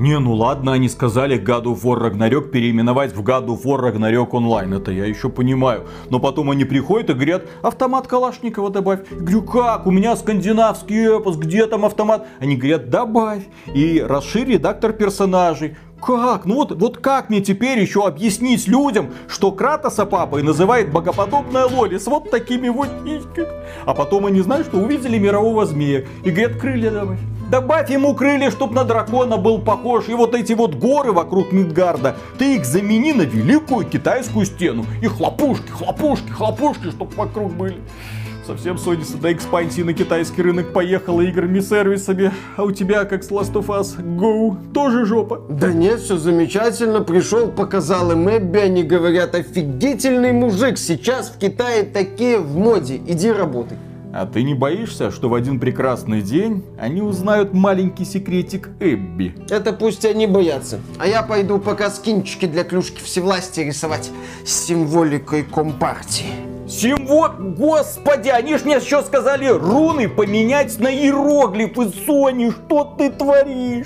Не, ну ладно, они сказали God of War Ragnarok переименовать в God of War Ragnarok Online. Это я еще понимаю. Но потом они приходят и говорят, автомат Калашникова добавь. Я говорю, как? У меня скандинавский эпос, где там автомат? Они говорят, добавь. И расширь редактор персонажей. Как? Ну вот как мне теперь еще объяснить людям, что Кратоса папой называет богоподобная Лоли с вот такими вот нитьками? А потом они, знаешь, что увидели мирового змея и говорят, крылья добавь. Добавь ему крылья, чтоб на дракона был похож. И вот эти вот горы вокруг Мидгарда, ты их замени на великую китайскую стену. И хлопушки, хлопушки, хлопушки, чтоб вокруг были. Совсем Sony до экспансии на китайский рынок поехала играми-сервисами. А у тебя, как с Last of Us Go, тоже жопа? Да нет, все замечательно. Пришел, показал им Эбби. Они говорят, офигительный мужик. Сейчас в Китае такие в моде. Иди работай. А ты не боишься, что в один прекрасный день они узнают маленький секретик Эбби? Это пусть они боятся. А я пойду пока скинчики для клюшки всевластия рисовать с символикой Компартии. Господи, они ж мне еще сказали руны поменять на иероглифы, Sony, что ты творишь?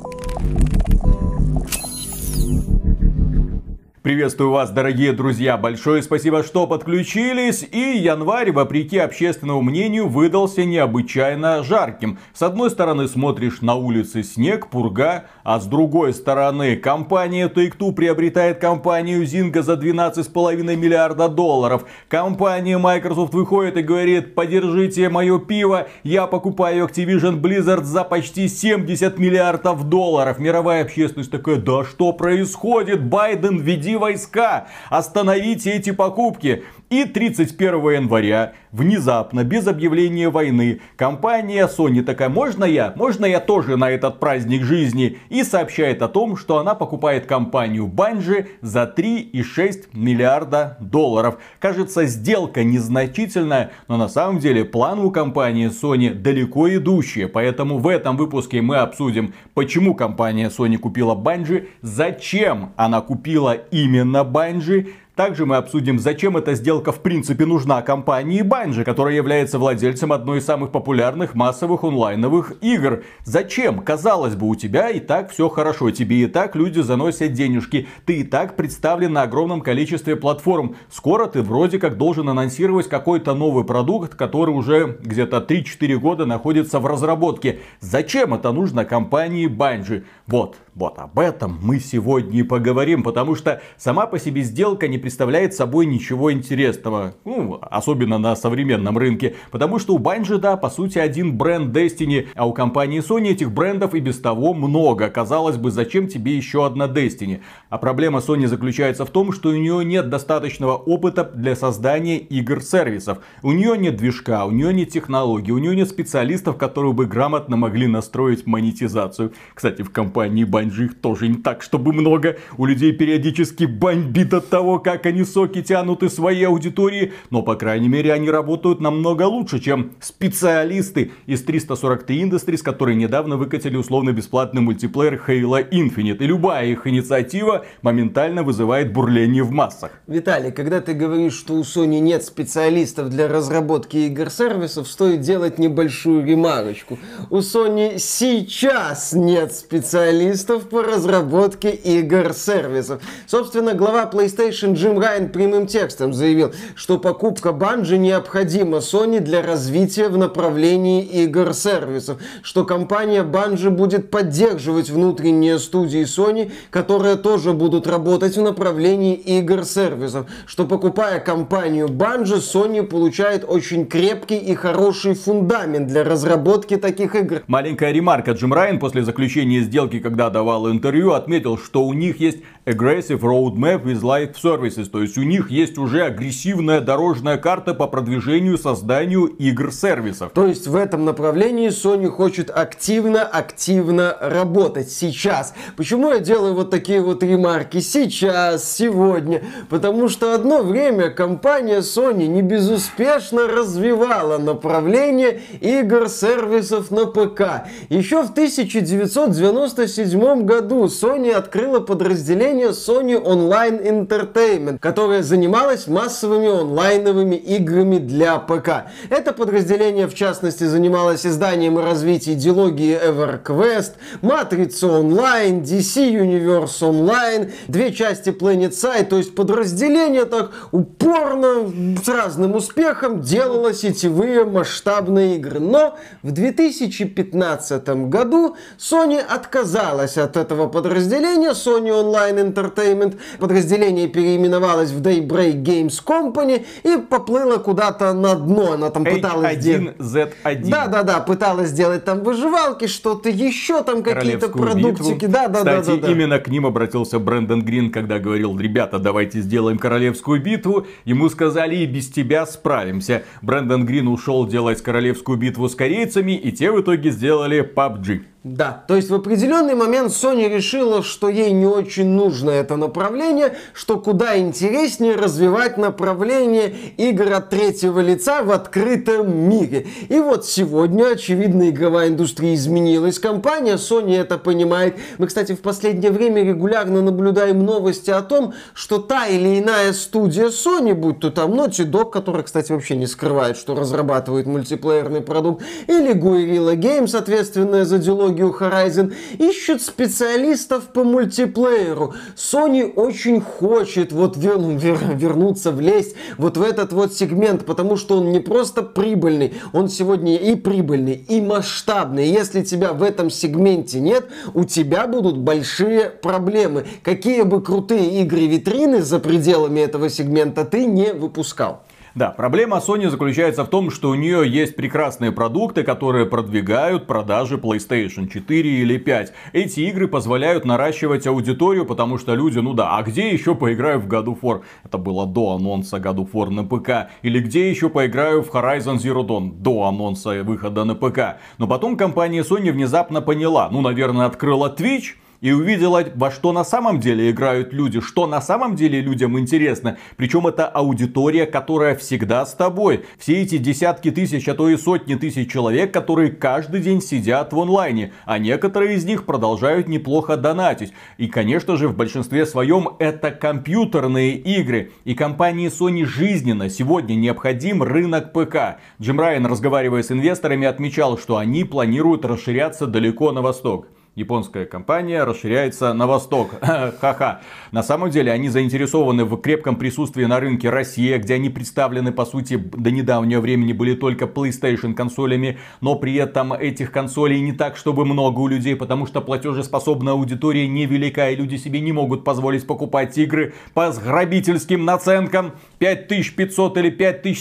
Приветствую вас, дорогие друзья, большое спасибо, что подключились. И январь, вопреки общественному мнению, выдался необычайно жарким. С одной стороны смотришь на улице снег, пурга, а с другой стороны компания Take-Two приобретает компанию Zynga за $12,5 миллиарда. Компания Microsoft выходит и говорит, подержите мое пиво, я покупаю Activision Blizzard за почти $70 миллиардов. Мировая общественность такая, да что происходит, Байден, веди войска, остановите эти покупки. И 31 января, внезапно, без объявления войны, компания Sony такая, можно я тоже на этот праздник жизни? И сообщает о том, что она покупает компанию Bungie за $3,6 миллиарда. Кажется, сделка незначительная, но на самом деле планы у компании Sony далеко идущие. Поэтому в этом выпуске мы обсудим, почему компания Sony купила Bungie, зачем она купила именно Bungie. Также мы обсудим, зачем эта сделка в принципе нужна компании Bungie, которая является владельцем одной из самых популярных массовых онлайновых игр. Зачем? Казалось бы, у тебя и так все хорошо, тебе и так люди заносят денежки, ты и так представлен на огромном количестве платформ. Скоро ты вроде как должен анонсировать какой-то новый продукт, который уже где-то 3-4 года находится в разработке. Зачем это нужно компании Bungie? Вот об этом мы сегодня и поговорим, потому что сама по себе сделка не представляет собой ничего интересного, особенно на современном рынке, потому что у Bungie, да, по сути один бренд Destiny, а у компании Sony этих брендов и без того много. Казалось бы, зачем тебе еще одна Destiny? А проблема Sony заключается в том, что у нее нет достаточного опыта для создания игр-сервисов. У нее нет движка, у нее нет технологий, у нее нет специалистов, которые бы грамотно могли настроить монетизацию. Кстати, в компании Bungie их тоже не так, чтобы много. У людей периодически бомбит от того, как они соки тянут из своей аудитории. Но, по крайней мере, они работают намного лучше, чем специалисты из 343 Industries, которые недавно выкатили условно-бесплатный мультиплеер Halo Infinite. И любая их инициатива моментально вызывает бурление в массах. Виталий, когда ты говоришь, что у Sony нет специалистов для разработки игр-сервисов, стоит делать небольшую ремарочку. У Sony сейчас нет специалистов по разработке игр-сервисов. Собственно, глава PlayStation Джим Райан прямым текстом заявил, что покупка Bungie необходима Sony для развития в направлении игр-сервисов, что компания Bungie будет поддерживать внутренние студии Sony, которые тоже будут работать в направлении игр-сервисов, что покупая компанию Bungie, Sony получает очень крепкий и хороший фундамент для разработки таких игр. Маленькая ремарка. Джим Райан после заключения сделки, когда давал интервью, отметил, что у них есть aggressive roadmap with live services, то есть у них есть уже агрессивная дорожная карта по продвижению, созданию игр-сервисов. То есть в этом направлении Sony хочет активно работать сейчас. Почему я делаю вот такие вот ремарки сейчас, сегодня? Потому что одно время компания Sony не безуспешно развивала направление игр-сервисов на ПК. Еще в 1997 году Sony открыла подразделение Sony Online Entertainment, которое занималось массовыми онлайновыми играми для ПК. Это подразделение, в частности, занималось изданием и развитием дилогии EverQuest, Матрицы Онлайн, DC Universe Online, 2 части PlanetSide, то есть подразделение так упорно, с разным успехом делало сетевые масштабные игры. Но в 2015 году Sony отказалась от этого подразделения, Sony Online Entertainment. Подразделение переименовалось в Daybreak Games Company и поплыло куда-то на дно. Она там пыталась H1Z1. Да, пыталась сделать там выживалки, что-то еще, там какие-то продуктики. Кстати, именно к ним обратился Брэндон Грин, когда говорил: ребята, давайте сделаем королевскую битву. Ему сказали: и без тебя справимся. Брэндон Грин ушел делать королевскую битву с корейцами, и те в итоге сделали PUBG. Да, то есть в определенный момент Sony решила, что ей не очень нужно это направление, что куда интереснее развивать направление игр от третьего лица в открытом мире. И вот сегодня, очевидно, игровая индустрия изменилась. Компания Sony это понимает. Мы, кстати, в последнее время регулярно наблюдаем новости о том, что та или иная студия Sony, будь то там Naughty Dog, которая, кстати, вообще не скрывает, что разрабатывает мультиплеерный продукт, или Guerrilla Games, ответственная за дилогию Horizon, ищут специалистов по мультиплееру. Sony очень хочет вернуться, влезть вот в этот вот сегмент, потому что он не просто прибыльный, он сегодня и прибыльный, и масштабный. Если тебя в этом сегменте нет, у тебя будут большие проблемы. Какие бы крутые игры-витрины за пределами этого сегмента ты не выпускал. Да, проблема Sony заключается в том, что у нее есть прекрасные продукты, которые продвигают продажи PlayStation 4 или 5. Эти игры позволяют наращивать аудиторию, потому что люди, а где еще поиграю в God of War? Это было до анонса God of War на ПК. Или где еще поиграю в Horizon Zero Dawn? До анонса выхода на ПК. Но потом компания Sony внезапно поняла, наверное, открыла Twitch и увидела, во что на самом деле играют люди, что на самом деле людям интересно. Причем это аудитория, которая всегда с тобой. Все эти десятки тысяч, а то и сотни тысяч человек, которые каждый день сидят в онлайне. А некоторые из них продолжают неплохо донатить. И, конечно же, в большинстве своем это компьютерные игры. И компании Sony жизненно сегодня необходим рынок ПК. Джим Райан, разговаривая с инвесторами, отмечал, что они планируют расширяться далеко на восток. Японская компания расширяется на восток. Ха-ха. На самом деле они заинтересованы в крепком присутствии на рынке России, где они представлены, по сути, до недавнего времени были только PlayStation консолями, но при этом этих консолей не так, чтобы много у людей, потому что платежеспособная аудитория невелика, и люди себе не могут позволить покупать игры по грабительским наценкам. 5500 или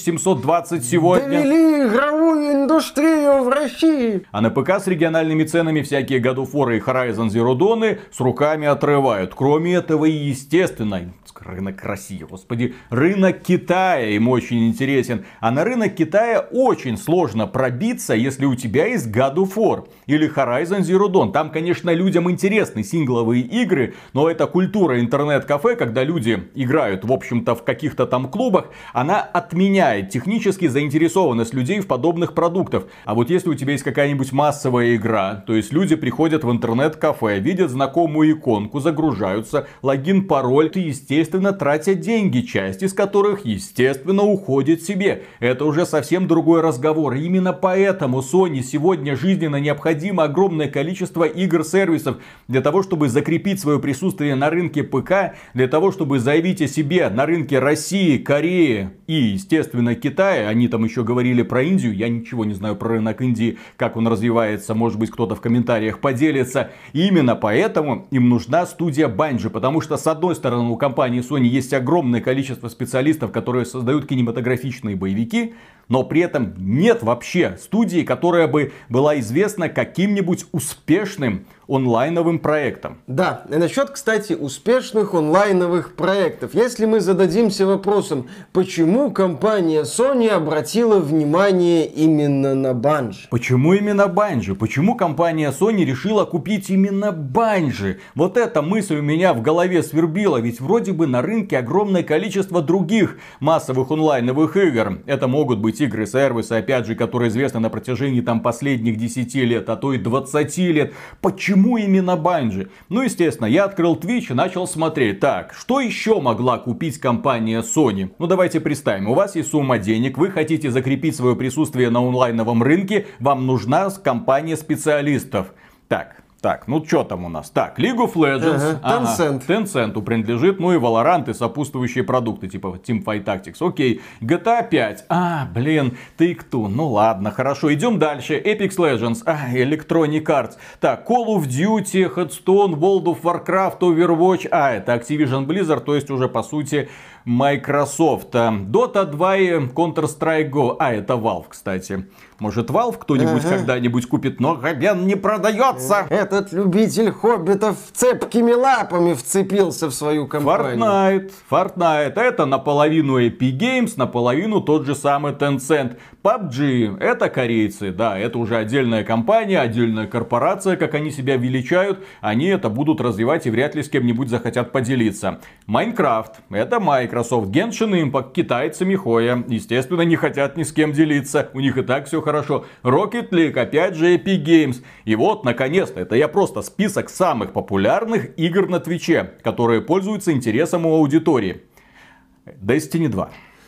5720 сегодня. Довели игровую индустрию в России. А на ПК с региональными ценами всякие God of War и Horizon Zero Dawn с руками отрывают. Кроме этого, и естественно, рынок России, господи, рынок Китая им очень интересен. А на рынок Китая очень сложно пробиться, если у тебя есть God of War или Horizon Zero Dawn. Там, конечно, людям интересны сингловые игры, но эта культура интернет-кафе, когда люди играют, в общем-то, в каких-то там клубах, она отменяет технически заинтересованность людей в подобных продуктах. А вот если у тебя есть какая-нибудь массовая игра, то есть люди приходят в интернет-кафе, видят знакомую иконку, загружаются, логин, пароль, и, естественно, тратят деньги, часть из которых, естественно, уходит себе. Это уже совсем другой разговор. И именно поэтому Sony сегодня жизненно необходимо огромное количество игр-сервисов для того, чтобы закрепить свое присутствие на рынке ПК, для того, чтобы заявить о себе на рынке России, Кореи и, естественно, Китая. Они там еще говорили про Индию. Я ничего не знаю про рынок Индии, как он развивается. Может быть, кто-то в комментариях поделится. И именно поэтому им нужна студия Bungie, потому что, с одной стороны, у компании Sony есть огромное количество специалистов, которые создают кинематографичные боевики, но при этом нет вообще студии, которая бы была известна каким-нибудь успешным онлайновым проектом. Да, и насчет, кстати, успешных онлайновых проектов. Если мы зададимся вопросом, почему компания Sony обратила внимание именно на Bungie? Почему именно Bungie? Почему компания Sony решила купить именно Bungie? Вот эта мысль у меня в голове свербила, ведь вроде бы на рынке огромное количество других массовых онлайновых игр. Это могут быть какие-нибудь игры, сервисы, опять же, которые известны на протяжении там последних 10 лет, а то и 20 лет. Почему именно Bungie? Ну, естественно, я открыл Twitch и начал смотреть. Так, что еще могла купить компания Sony? Ну, давайте представим. У вас есть сумма денег, вы хотите закрепить свое присутствие на онлайновом рынке, вам нужна компания специалистов. Так, ну что там у нас? Так, League of Legends. Tencent принадлежит, ну и Valorant и сопутствующие продукты, типа Teamfight Tactics. Окей. GTA 5. Take-Two. Ну ладно, хорошо. Идем дальше. Apex Legends. Electronic Arts. Так, Call of Duty, Hearthstone, World of Warcraft, Overwatch. Это Activision Blizzard, то есть уже по сути Microsoft. Dota 2 и Counter-Strike Go. Это Valve, кстати. Может, Valve кто-нибудь когда-нибудь купит, но Габен не продается. Этот любитель хоббитов цепкими лапами вцепился в свою компанию. Fortnite. Это наполовину Epic Games, наполовину тот же самый Tencent. PUBG. Это корейцы. Да, это уже отдельная компания, отдельная корпорация, как они себя величают. Они это будут развивать и вряд ли с кем-нибудь захотят поделиться. Minecraft. Это Microsoft. Genshin Impact. Китайцы Михоя. Естественно, не хотят ни с кем делиться. У них и так все хорошо. Rocket League. Опять же Epic Games. И вот, наконец-то, это я просто список самых популярных игр на Твиче, которые пользуются интересом у аудитории. Destiny 2.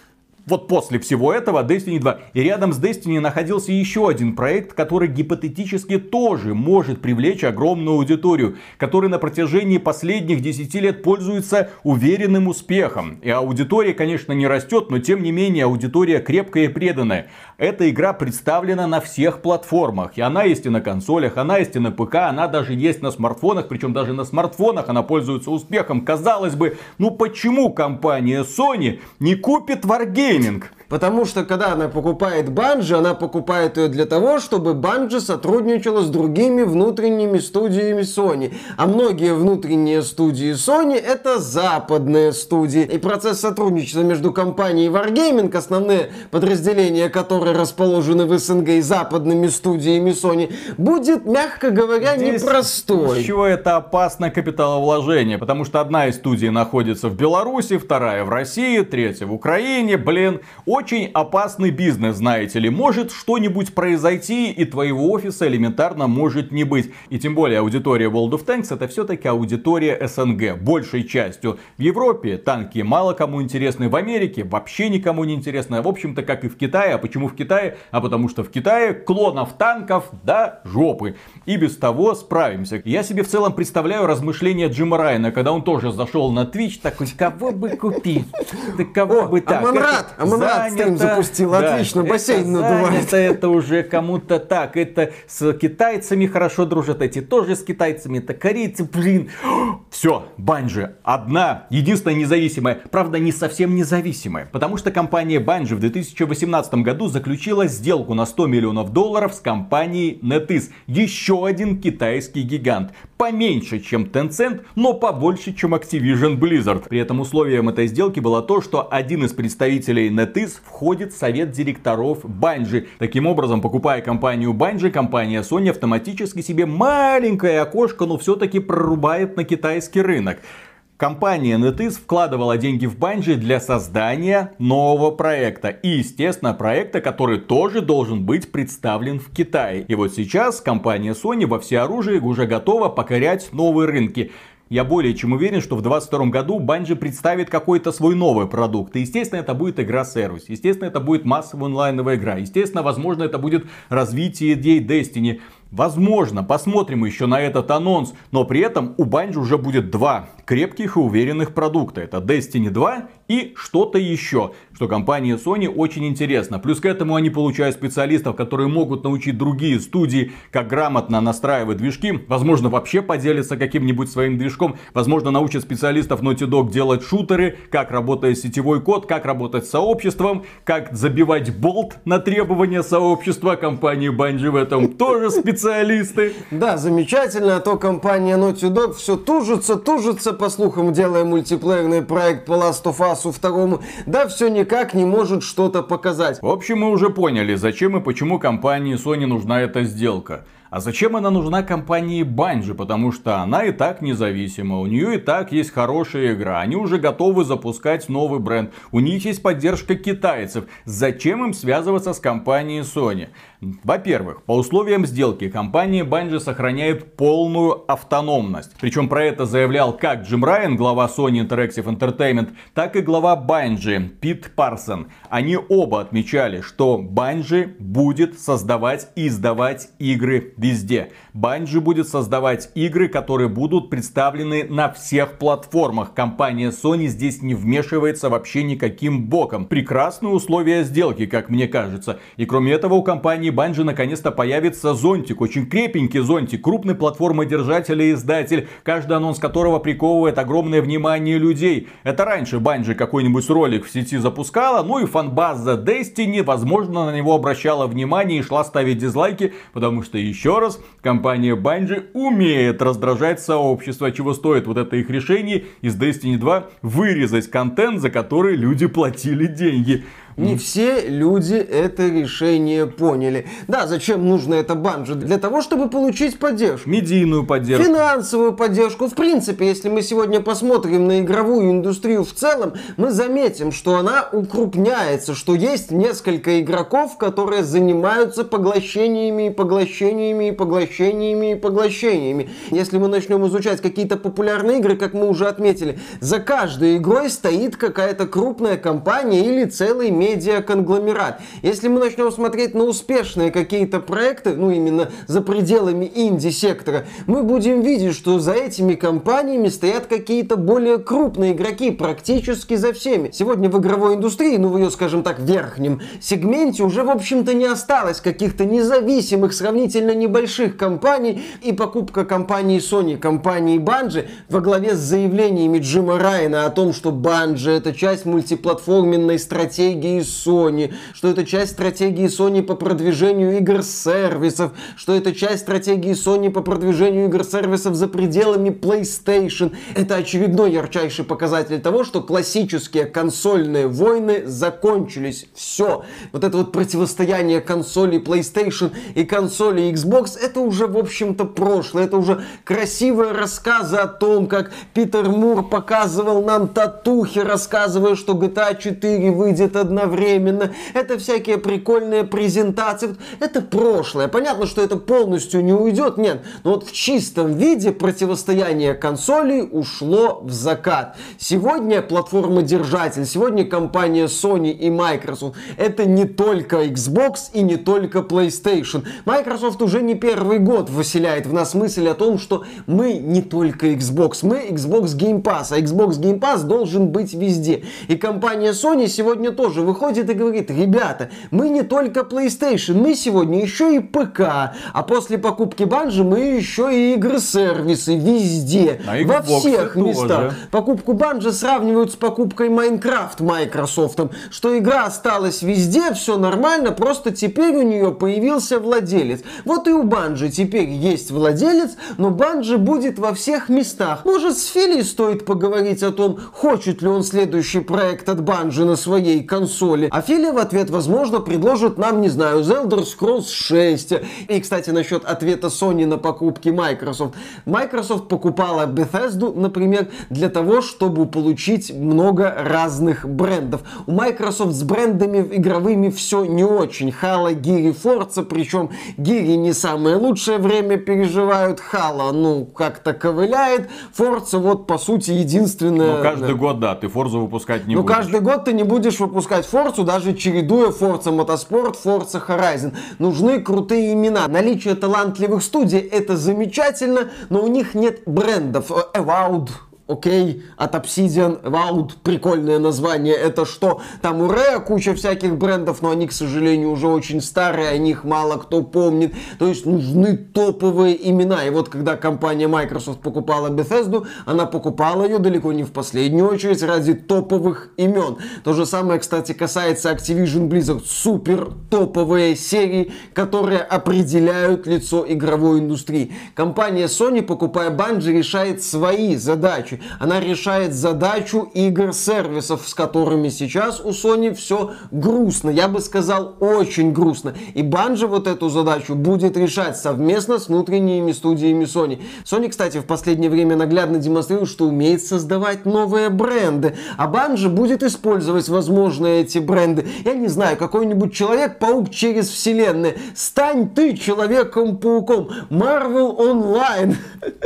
Вот после всего этого Destiny 2. И рядом с Destiny находился еще один проект, который гипотетически тоже может привлечь огромную аудиторию. Который на протяжении последних 10 лет пользуется уверенным успехом. И аудитория, конечно, не растет, но тем не менее аудитория крепкая и преданная. Эта игра представлена на всех платформах. И она есть и на консолях, она есть и на ПК, она даже есть на смартфонах. Причем даже на смартфонах она пользуется успехом. Казалось бы, ну почему компания Sony не купит Wargaming? Потому что, когда она покупает Bungie, она покупает ее для того, чтобы Bungie сотрудничала с другими внутренними студиями Sony. А многие внутренние студии Sony — это западные студии. И процесс сотрудничества между компанией Wargaming, основные подразделения которой расположены в СНГ, и западными студиями Sony, будет, мягко говоря, здесь непростой. Чего это опасное капиталовложение? Потому что одна из студий находится в Беларуси, вторая в России, третья в Украине. Очень опасный бизнес, знаете ли. Может что-нибудь произойти, и твоего офиса элементарно может не быть. И тем более аудитория World of Tanks — это все-таки аудитория СНГ. Большей частью. В Европе танки мало кому интересны. В Америке вообще никому не интересны. В общем-то, как и в Китае. А почему в Китае? А потому что в Китае клонов танков до жопы. И без того справимся. Я себе в целом представляю размышления Джима Райана, когда он тоже зашел на Twitch, такой, кого бы купить? Да кого бы так? Амонрад стрим запустил, да, отлично, бассейн надувает. Это уже кому-то так, это с китайцами хорошо дружат, эти тоже с китайцами, это корейцы, блин. Все, Bungie одна, единственная независимая, правда не совсем независимая, потому что компания Bungie в 2018 году заключила сделку на $100 миллионов с компанией NetEase, еще один китайский гигант. Поменьше, чем Tencent, но побольше, чем Activision Blizzard. При этом условием этой сделки было то, что один из представителей NetEase входит в совет директоров Bungie. Таким образом, покупая компанию Bungie, компания Sony автоматически себе маленькое окошко, но все-таки прорубает на китайский рынок. Компания NetEase вкладывала деньги в Bungie для создания нового проекта. И, естественно, проекта, который тоже должен быть представлен в Китае. И вот сейчас компания Sony во всеоружии уже готова покорять новые рынки. Я более чем уверен, что в 2022 году Bungie представит какой-то свой новый продукт. И, естественно, это будет игра-сервис. Естественно, это будет массовая онлайновая игра. Естественно, возможно, это будет развитие идей Destiny. Возможно, посмотрим еще на этот анонс, но при этом у Bungie уже будет два крепких и уверенных продукта. Это Destiny 2 и что-то еще, что компании Sony очень интересно. Плюс к этому они получают специалистов, которые могут научить другие студии, как грамотно настраивать движки. Возможно, вообще поделятся каким-нибудь своим движком. Возможно, научат специалистов Naughty Dog делать шутеры, как работает сетевой код, как работать с сообществом, как забивать болт на требования сообщества. Компании Bungie в этом тоже специалисты. Да, замечательно, а то компания Naughty Dog все тужится, по слухам, делая мультиплеерный проект по Last of Us 2, да все никак не может что-то показать. В общем, мы уже поняли, зачем и почему компании Sony нужна эта сделка. А зачем она нужна компании Bungie? Потому что она и так независима, у нее и так есть хорошая игра, они уже готовы запускать новый бренд, у них есть поддержка китайцев. Зачем им связываться с компанией Sony? Во-первых, по условиям сделки компания Bungie сохраняет полную автономность. Причем про это заявлял как Джим Райан, глава Sony Interactive Entertainment, так и глава Bungie Пит Парсон. Они оба отмечали, что Bungie будет создавать и издавать игры везде. Bungie будет создавать игры, которые будут представлены на всех платформах. Компания Sony здесь не вмешивается вообще никаким боком. Прекрасные условия сделки, как мне кажется. И кроме этого у компании Bungie наконец-то появится зонтик, очень крепенький зонтик, крупный платформодержатель и издатель, каждый анонс которого приковывает огромное внимание людей. Это раньше Bungie какой-нибудь ролик в сети запускала, ну и фанбаза Destiny, возможно, на него обращала внимание и шла ставить дизлайки, потому что, еще раз, компания Bungie умеет раздражать сообщество, чего стоит вот это их решение из Destiny 2 вырезать контент, за который люди платили деньги. Не все люди это решение поняли. Да, зачем нужно это Bungie? Для того, чтобы получить поддержку. Медийную поддержку. Финансовую поддержку. В принципе, если мы сегодня посмотрим на игровую индустрию в целом, мы заметим, что она укрупняется, что есть несколько игроков, которые занимаются поглощениями, поглощениями, поглощениями, поглощениями. Если мы начнем изучать какие-то популярные игры, как мы уже отметили, за каждой игрой стоит какая-то крупная компания или целый медиаконгломерат. Если мы начнем смотреть на успешные какие-то проекты, ну именно за пределами инди-сектора, мы будем видеть, что за этими компаниями стоят какие-то более крупные игроки, практически за всеми. Сегодня в игровой индустрии, ну в ее, скажем так, верхнем сегменте уже, в общем-то, не осталось каких-то независимых, сравнительно небольших компаний, и покупка компании Sony, компании Bungie во главе с заявлениями Джима Райана о том, что Bungie это часть мультиплатформенной стратегии Sony, что это часть стратегии Sony по продвижению игр-сервисов, что это часть стратегии Sony по продвижению игр-сервисов за пределами PlayStation. Это очередной ярчайший показатель того, что классические консольные войны закончились. Все. Вот это вот противостояние консолей PlayStation и консолей Xbox, это уже, в общем-то, прошлое. Это уже красивые рассказы о том, как Питер Мур показывал нам татухи, рассказывая, что GTA 4 выйдет одновременно. Это всякие прикольные презентации. Это прошлое. Понятно, что это полностью не уйдет. Нет. Но вот в чистом виде противостояние консолей ушло в закат. Сегодня платформодержатель, сегодня компания Sony и Microsoft. Это не только Xbox и не только PlayStation. Microsoft уже не первый год выселяет в нас мысль о том, что мы не только Xbox, мы Xbox Game Pass, а Xbox Game Pass должен быть везде. И компания Sony сегодня тоже выходит и говорит: ребята, мы не только PlayStation, мы сегодня еще и ПК, а после покупки Bungie мы еще и игры-сервисы везде, во всех местах. Покупку Bungie сравнивают с покупкой Minecraft Microsoft, что игра осталась везде, все нормально, просто теперь у нее появился владелец. Вот и у Bungie теперь есть владелец, но Bungie будет во всех местах. Может, с Фили стоит поговорить о том, хочет ли он следующий проект от Bungie на своей консоли. А Фили в ответ, возможно, предложит нам, не знаю, The Elder Scrolls 6. И, кстати, насчет ответа Sony на покупки Microsoft. Microsoft покупала Bethesda, например, для того, чтобы получить много разных брендов. У Microsoft с брендами игровыми все не очень. Halo, Gears, Forza, причем Gears не самое лучшее время переживают. Halo, ну, как-то ковыляет. Forza, вот, по сути, единственное... Но каждый год, да, ты Forza выпускать не будешь. Ну, каждый год ты не будешь выпускать Forza, даже чередуя Forza Motorsport, Forza Horizon. Нужны крутые имена. Наличие талантливых студий — это замечательно, но у них нет брендов. Avowed. Окей, от Obsidian, Avowed, прикольное название. Это что? Там у Rare куча всяких брендов, но они, к сожалению, уже очень старые, о них мало кто помнит. То есть нужны топовые имена. И вот когда компания Microsoft покупала Bethesda, она покупала ее далеко не в последнюю очередь ради топовых имен. То же самое, кстати, касается Activision Blizzard. Супер топовые серии, которые определяют лицо игровой индустрии. Компания Sony, покупая Bungie, решает свои задачи. задачи. Она решает задачу игр-сервисов, с которыми сейчас у Sony все грустно. Я бы сказал, очень грустно. И Bungie вот эту задачу будет решать совместно с внутренними студиями Sony. Sony, кстати, в последнее время наглядно демонстрирует, что умеет создавать новые бренды. А Bungie будет использовать, возможно, эти бренды. Я не знаю, какой-нибудь Человек-паук через вселенные. Стань ты Человеком-пауком. Marvel Online.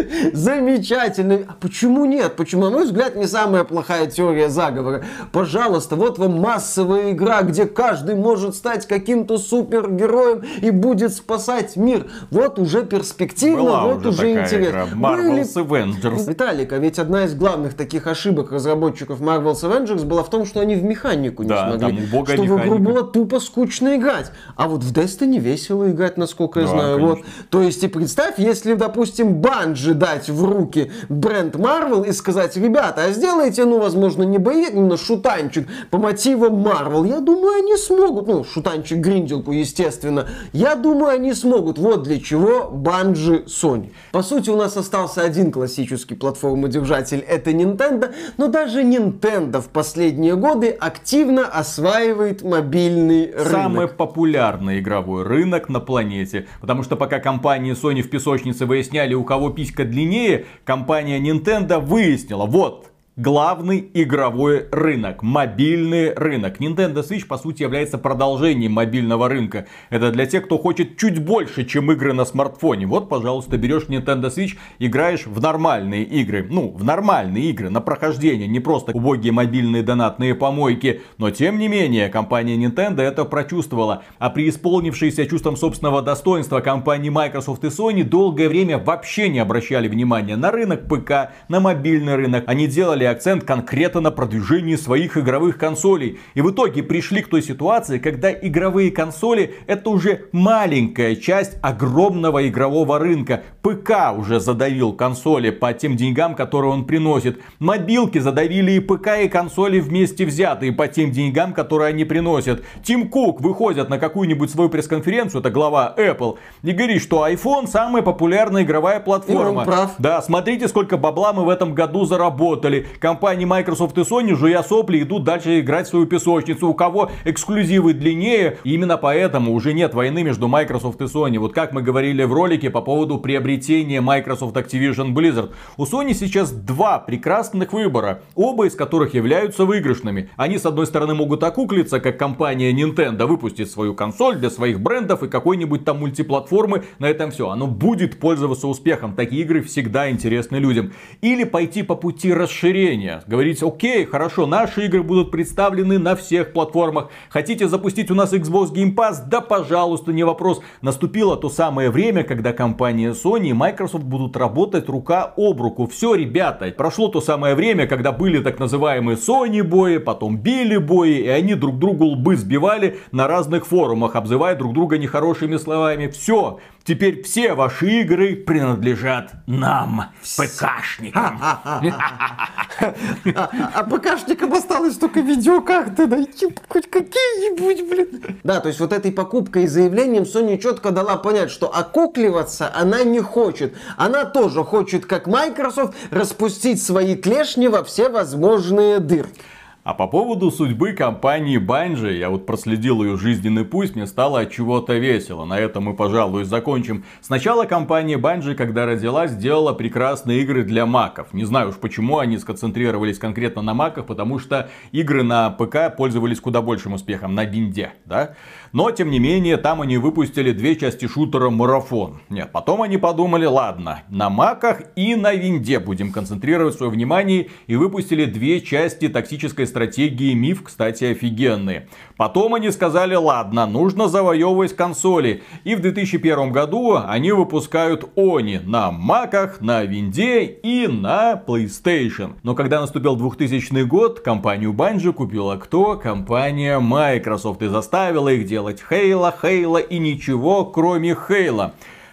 Замечательно. А почему нет? Почему, на мой взгляд, не самая плохая теория заговора. Пожалуйста, вот вам массовая игра, где каждый может стать каким-то супергероем и будет спасать мир. Вот уже перспективно, была вот уже интересно. Marvel's Avengers. Виталик, а ведь одна из главных таких ошибок разработчиков Marvel's Avengers была в том, что они в механику не смогли. Там убогая что механика. в игру было тупо скучно играть. А вот в Destiny весело играть, насколько я знаю. Вот. То есть, и представь, если, допустим, Bungie дать в руки бренд Marvel и сказать: ребята, а сделайте, ну, возможно, не боец, именно шутанчик по мотивам Marvel. Я думаю, они смогут. Ну, шутанчик-гринделку, естественно. Я думаю, они смогут. Вот для чего Bungie Sony. По сути, у нас остался один классический платформодержатель. Это Nintendo. Но даже Nintendo в последние годы активно осваивает мобильный рынок. Самый популярный игровой рынок на планете. Потому что пока компании Sony в песочнице выясняли, у кого писька длиннее, компания Nintendo выяснила: вот главный игровой рынок, мобильный рынок. Nintendo Switch, по сути, является продолжением мобильного рынка. Это для тех, кто хочет чуть больше, чем игры на смартфоне. Вот, пожалуйста, берешь Nintendo Switch, играешь в нормальные игры. Ну, в нормальные игры, на прохождение, не просто убогие мобильные донатные помойки. Но, тем не менее, компания Nintendo это прочувствовала. А преисполнившиеся чувством собственного достоинства компании Microsoft и Sony долгое время вообще не обращали внимания на рынок ПК, на мобильный рынок. Они делали акцент конкретно на продвижении своих игровых консолей. И в итоге пришли к той ситуации, когда игровые консоли это уже маленькая часть огромного игрового рынка. ПК уже задавил консоли по тем деньгам, которые он приносит. Мобилки задавили и ПК, и консоли вместе взятые по тем деньгам, которые они приносят. Тим Кук выходит на какую-нибудь свою пресс-конференцию, это глава Apple, и говорит, что iPhone самая популярная игровая платформа. И он прав. Да, смотрите, сколько бабла мы в этом году заработали. Компании Microsoft и Sony, жуя сопли, идут дальше играть в свою песочницу. У кого эксклюзивы длиннее. И именно поэтому уже нет войны между Microsoft и Sony. Вот как мы говорили в ролике по поводу приобретения Microsoft Activision Blizzard. У Sony сейчас два прекрасных выбора. Оба из которых являются выигрышными. Они, с одной стороны, могут окуклиться, как компания Nintendo выпустит свою консоль для своих брендов и какой-нибудь там мультиплатформы. На этом все. Оно будет пользоваться успехом. Такие игры всегда интересны людям. Или пойти по пути расширения. Говорить: окей, хорошо, наши игры будут представлены на всех платформах. Хотите запустить у нас Xbox Game Pass? Да, пожалуйста, не вопрос. Наступило то самое время, когда компания Sony и Microsoft будут работать рука об руку. Все, ребята, прошло то самое время, когда были так называемые Sony бои, потом Билли бои, и они друг другу лбы сбивали на разных форумах, обзывая друг друга нехорошими словами. Все. Теперь все ваши игры принадлежат нам, ПКшникам. А ПКшникам осталось только видеокарты найти, хоть какие-нибудь, блин. Да, то есть вот этой покупкой и заявлением Sony четко дала понять, что окукливаться она не хочет. Она тоже хочет, как Microsoft, распустить свои клешни во все возможные дырки. А по поводу судьбы компании Bungie, я вот проследил ее жизненный путь, мне стало от чего-то весело. На этом мы, пожалуй, закончим. Сначала компания Bungie, когда родилась, делала прекрасные игры для маков. Не знаю уж почему они сконцентрировались конкретно на маках, потому что игры на ПК пользовались куда большим успехом, на винде, да? Но, тем не менее, там они выпустили две части шутера Марафон. Нет, потом они подумали: ладно, на маках и на винде будем концентрировать свое внимание, и выпустили две части тактической стратегии Миф, кстати, офигенные. Потом они сказали: ладно, нужно завоевывать консоли. И в 2001 году они выпускают Они на маках, на винде и на PlayStation. Но когда наступил 2000 год, компанию Bungie купила кто? Компания Microsoft, и заставила их делать Halo и ничего кроме Halo.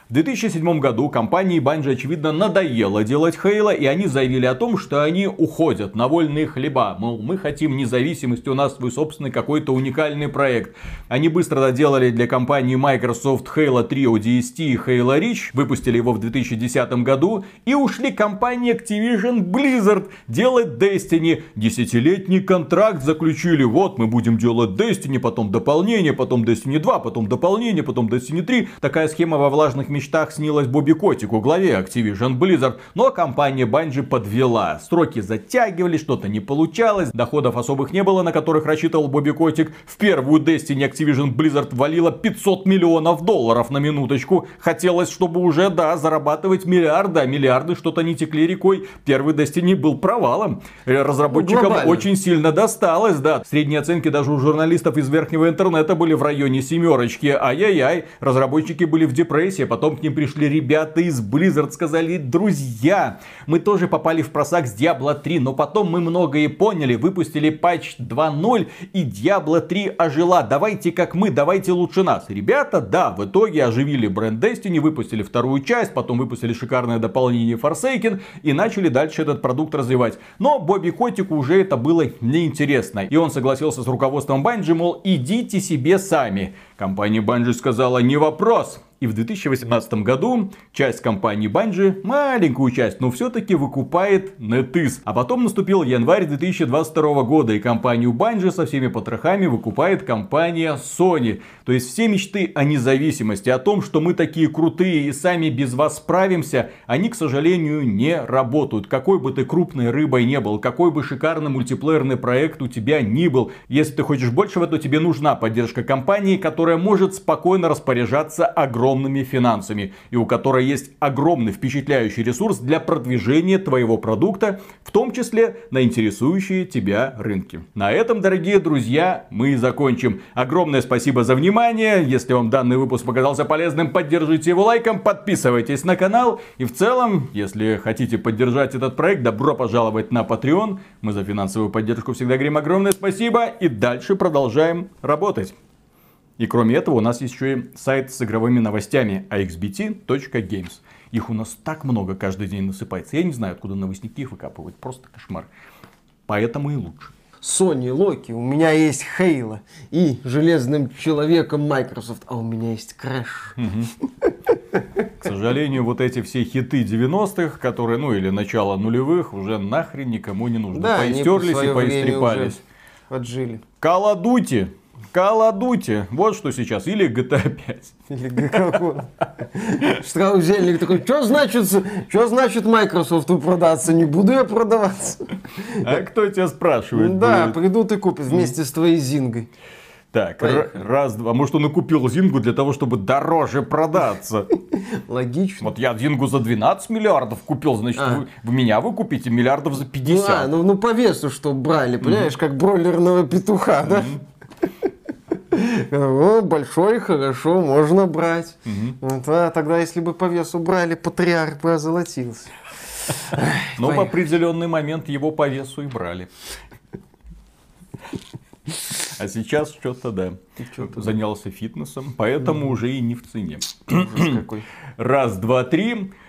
В 2007 году компании Bungie, очевидно, надоело делать Halo, и они заявили о том, что они уходят на вольные хлеба. Мол, мы хотим независимости, у нас свой собственный какой-то уникальный проект. Они быстро доделали для компании Microsoft Halo 3 ODST и Halo Reach, выпустили его в 2010 году, и ушли к компании Activision Blizzard делать Destiny. Десятилетний контракт заключили. Вот, мы будем делать Destiny, потом дополнение, потом Destiny 2, потом дополнение, потом Destiny 3. Такая схема во влажных мечтах снилась Бобби Котику, главе Activision Blizzard. Но компания Bungie подвела. Сроки затягивались, что-то не получалось, доходов особых не было, на которых рассчитывал Бобби Котик. В первую Destiny Activision Blizzard валила $500 миллионов на минуточку. Хотелось, чтобы уже, да, зарабатывать миллиарды, а миллиарды что-то не текли рекой. Первый Destiny был провалом. Разработчикам очень сильно досталось, да. Средние оценки даже у журналистов из верхнего интернета были в районе 7. Ай-яй-яй, разработчики были в депрессии. Потом к ним пришли ребята из Blizzard, сказали: друзья, мы тоже попали в просак с Diablo 3, но потом мы многое поняли, выпустили патч 2.0, и Diablo 3 ожила. Давайте как мы, давайте лучше нас. Ребята, да, в итоге оживили бренд Destiny, выпустили вторую часть, потом выпустили шикарное дополнение Forsaken и начали дальше этот продукт развивать. Но Бобби Котику уже это было неинтересно, и он согласился с руководством Bungie, мол, идите себе сами. Компания Bungie сказала: не вопрос. И в 2018 году часть компании Bungie, маленькую часть, но все-таки выкупает NetEase. А потом наступил январь 2022 года, и компанию Bungie со всеми потрохами выкупает компания Sony. То есть все мечты о независимости, о том, что мы такие крутые и сами без вас справимся, они, к сожалению, не работают. Какой бы ты крупной рыбой не был, какой бы шикарный мультиплеерный проект у тебя ни был, если ты хочешь большего, то тебе нужна поддержка компании, которая может спокойно распоряжаться огромными финансами и у которой есть огромный впечатляющий ресурс для продвижения твоего продукта, в том числе на интересующие тебя рынки. На этом, дорогие друзья, мы и закончим. Огромное спасибо за внимание. Если вам данный выпуск показался полезным, поддержите его лайком, подписывайтесь на канал. И в целом, если хотите поддержать этот проект, добро пожаловать на Patreon. Мы за финансовую поддержку всегда говорим огромное спасибо и дальше продолжаем работать. И кроме этого у нас есть еще и сайт с игровыми новостями axbt.games. Их у нас так много каждый день насыпается. Я не знаю, откуда новостники их выкапывают. Просто кошмар. Поэтому и лучше. Sony, Loki, у меня есть Halo и Железным Человеком Microsoft, а у меня есть Crash. К сожалению, вот эти все хиты 90-х, которые, ну или начало нулевых, уже нахрен никому не нужны. Да, поистерлись и поистрепались. Отжили. Call of Duty. Call of Duty. Вот что сейчас. Или GTA 5. Или какой? Штраузельник такой: что значит Microsoft продаться? Не буду я продаваться. А кто тебя спрашивает? Да, придут и купят вместе с твоей Зингой. Так, раз-два. Может, он и купил Зингу для того, чтобы дороже продаться. Логично. Вот я Зингу за 12 миллиардов купил, значит, вы меня выкупите миллиардов за 50. Ну по весу что брали, понимаешь, как бройлерного петуха, да? О, большой, хорошо, можно брать. А тогда, если бы по весу брали, патриарх бы озолотился. Но в определенный момент его по весу и брали. А сейчас что-то, да, занялся фитнесом, поэтому уже и не в цене. Раз, два, три.